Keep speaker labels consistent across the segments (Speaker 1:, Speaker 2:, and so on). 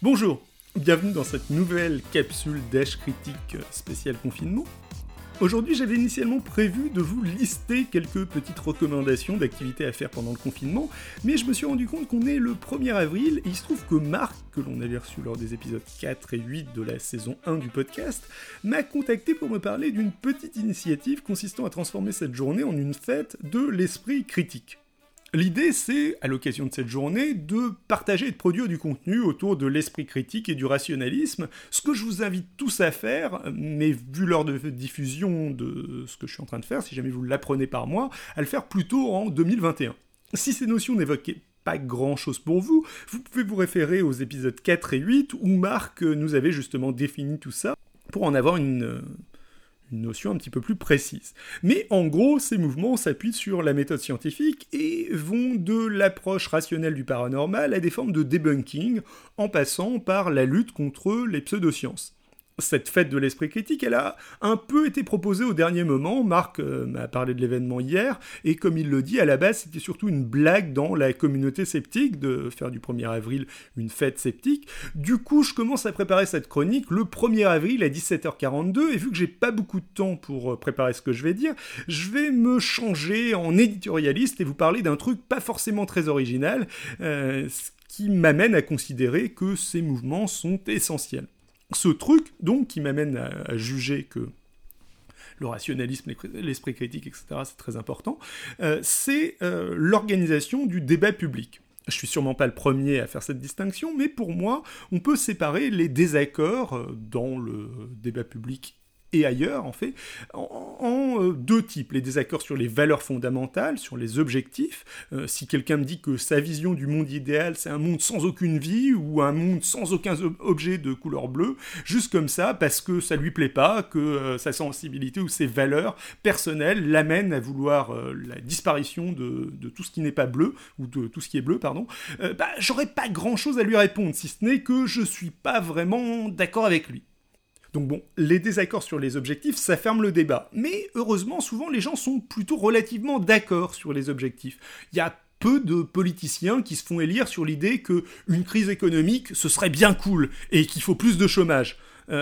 Speaker 1: Bonjour, bienvenue dans cette nouvelle capsule Dash Critique spéciale confinement. Aujourd'hui, j'avais initialement prévu de vous lister quelques petites recommandations d'activités à faire pendant le confinement, mais je me suis rendu compte qu'on est le 1er avril, et il se trouve que Marc, que l'on avait reçu lors des épisodes 4 et 8 de la saison 1 du podcast, m'a contacté pour me parler d'une petite initiative consistant à transformer cette journée en une fête de l'esprit critique. L'idée, c'est, à l'occasion de cette journée, de partager et de produire du contenu autour de l'esprit critique et du rationalisme, ce que je vous invite tous à faire, mais vu l'heure de diffusion de ce que je suis en train de faire, si jamais vous l'apprenez par moi, à le faire plutôt en 2021. Si ces notions n'évoquaient pas grand-chose pour vous, vous pouvez vous référer aux épisodes 4 et 8, où Marc nous avait justement défini tout ça, pour en avoir une notion un petit peu plus précise. Mais en gros, ces mouvements s'appuient sur la méthode scientifique et vont de l'approche rationnelle du paranormal à des formes de debunking, en passant par la lutte contre les pseudosciences. Cette fête de l'esprit critique, elle a un peu été proposée au dernier moment. Marc m'a parlé de l'événement hier, et comme il le dit, à la base, c'était surtout une blague dans la communauté sceptique de faire du 1er avril une fête sceptique. Du coup, je commence à préparer cette chronique le 1er avril à 17h42, et vu que j'ai pas beaucoup de temps pour préparer ce que je vais dire, je vais me changer en éditorialiste et vous parler d'un truc pas forcément très original, ce qui m'amène à considérer que ces mouvements sont essentiels. Ce truc, donc, qui m'amène à juger que le rationalisme, l'esprit critique, etc., c'est très important, c'est l'organisation du débat public. Je suis sûrement pas le premier à faire cette distinction, mais pour moi, on peut séparer les désaccords dans le débat public et ailleurs, en fait, en deux types. Les désaccords sur les valeurs fondamentales, sur les objectifs. Si quelqu'un me dit que sa vision du monde idéal, c'est un monde sans aucune vie, ou un monde sans aucun objet de couleur bleue, juste comme ça, parce que ça lui plaît pas, que sa sensibilité ou ses valeurs personnelles l'amènent à vouloir la disparition de tout ce qui n'est pas bleu, ou de tout ce qui est bleu, pardon, j'aurais pas grand-chose à lui répondre, si ce n'est que je suis pas vraiment d'accord avec lui. Donc bon, les désaccords sur les objectifs, ça ferme le débat. Mais heureusement, souvent, les gens sont plutôt relativement d'accord sur les objectifs. Il y a peu de politiciens qui se font élire sur l'idée qu'une crise économique, ce serait bien cool, et qu'il faut plus de chômage.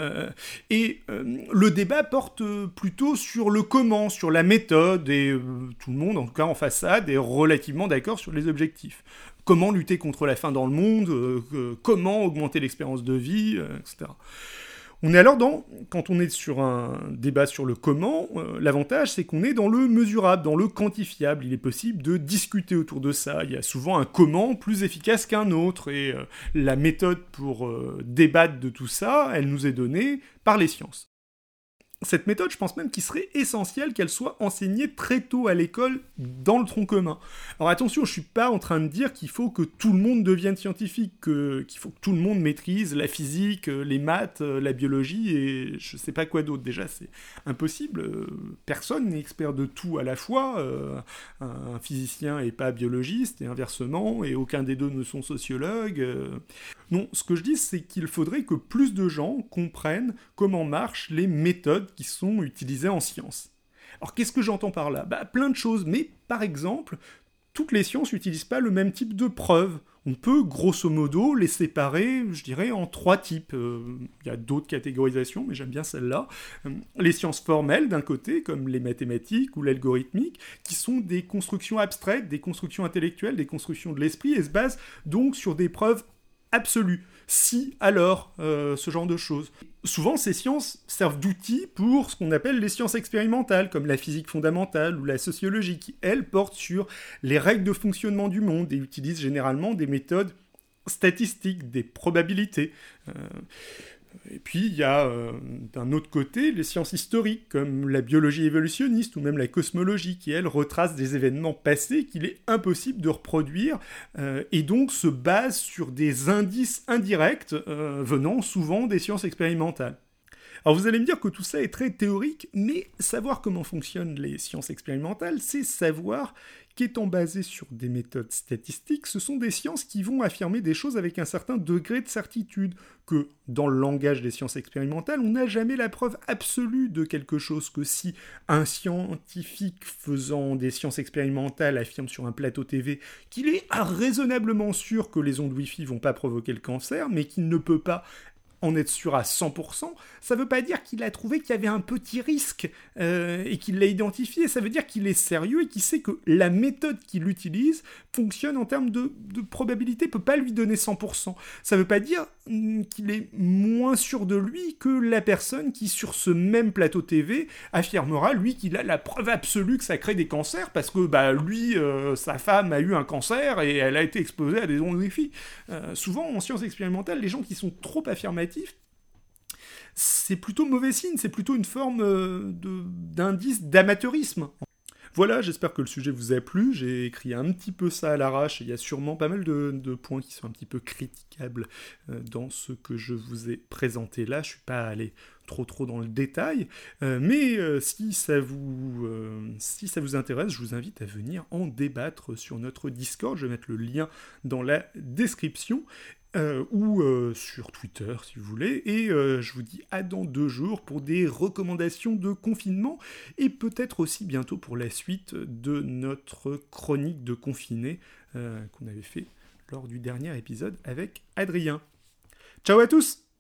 Speaker 1: Le débat porte plutôt sur le comment, sur la méthode, et tout le monde, en tout cas en façade, est relativement d'accord sur les objectifs. Comment lutter contre la faim dans le monde, comment augmenter l'expérience de vie, etc. On est alors quand on est sur un débat sur le comment, l'avantage c'est qu'on est dans le mesurable, dans le quantifiable. Il est possible de discuter autour de ça. Il y a souvent un comment plus efficace qu'un autre, et la méthode pour débattre de tout ça, elle nous est donnée par les sciences. Cette méthode, je pense même qu'il serait essentiel qu'elle soit enseignée très tôt à l'école dans le tronc commun. Alors attention, je suis pas en train de dire qu'il faut que tout le monde devienne scientifique, qu'il faut que tout le monde maîtrise la physique, les maths, la biologie et je sais pas quoi d'autre. Déjà, c'est impossible. Personne n'est expert de tout à la fois. Un physicien est pas biologiste et inversement, et aucun des deux ne sont sociologues. Non, ce que je dis, c'est qu'il faudrait que plus de gens comprennent comment marchent les méthodes qui sont utilisées en sciences. Alors, qu'est-ce que j'entends par là ? Plein de choses, mais par exemple, toutes les sciences n'utilisent pas le même type de preuves. On peut, grosso modo, les séparer, je dirais, en 3 types. Il y a d'autres catégorisations, mais j'aime bien celle-là. Les sciences formelles, d'un côté, comme les mathématiques ou l'algorithmique, qui sont des constructions abstraites, des constructions intellectuelles, des constructions de l'esprit, et se basent donc sur des preuves absolues. Si, alors, ce genre de choses. Souvent, ces sciences servent d'outils pour ce qu'on appelle les sciences expérimentales, comme la physique fondamentale ou la sociologie, qui, elles, portent sur les règles de fonctionnement du monde et utilisent généralement des méthodes statistiques, des probabilités. Et puis, il y a, d'un autre côté, les sciences historiques, comme la biologie évolutionniste ou même la cosmologie, qui, elles, retracent des événements passés qu'il est impossible de reproduire, et donc se basent sur des indices indirects venant souvent des sciences expérimentales. Alors vous allez me dire que tout ça est très théorique, mais savoir comment fonctionnent les sciences expérimentales, c'est savoir qu'étant basées sur des méthodes statistiques, ce sont des sciences qui vont affirmer des choses avec un certain degré de certitude, que dans le langage des sciences expérimentales, on n'a jamais la preuve absolue de quelque chose, que si un scientifique faisant des sciences expérimentales affirme sur un plateau TV qu'il est raisonnablement sûr que les ondes Wi-Fi vont pas provoquer le cancer, mais qu'il ne peut pas en être sûr à 100%, ça veut pas dire qu'il a trouvé qu'il y avait un petit risque et qu'il l'a identifié. Ça veut dire qu'il est sérieux et qu'il sait que la méthode qu'il utilise fonctionne en termes de probabilité, peut pas lui donner 100%. Ça veut pas dire qu'il est moins sûr de lui que la personne qui, sur ce même plateau TV, affirmera, lui, qu'il a la preuve absolue que ça crée des cancers, parce que, lui, sa femme a eu un cancer et elle a été exposée à des ondes Wi-Fi. Souvent, en sciences expérimentales, les gens qui sont trop affirmatifs, c'est plutôt mauvais signe, c'est plutôt une forme d'indice d'amateurisme. Voilà, j'espère que le sujet vous a plu, j'ai écrit un petit peu ça à l'arrache, il y a sûrement pas mal de points qui sont un petit peu critiquables dans ce que je vous ai présenté là, je suis pas allé trop dans le détail, mais si ça vous intéresse, je vous invite à venir en débattre sur notre Discord, je vais mettre le lien dans la description, ou sur Twitter si vous voulez, et je vous dis à dans 2 jours pour des recommandations de confinement, et peut-être aussi bientôt pour la suite de notre chronique de confiné qu'on avait fait lors du dernier épisode avec Adrien. Ciao à tous!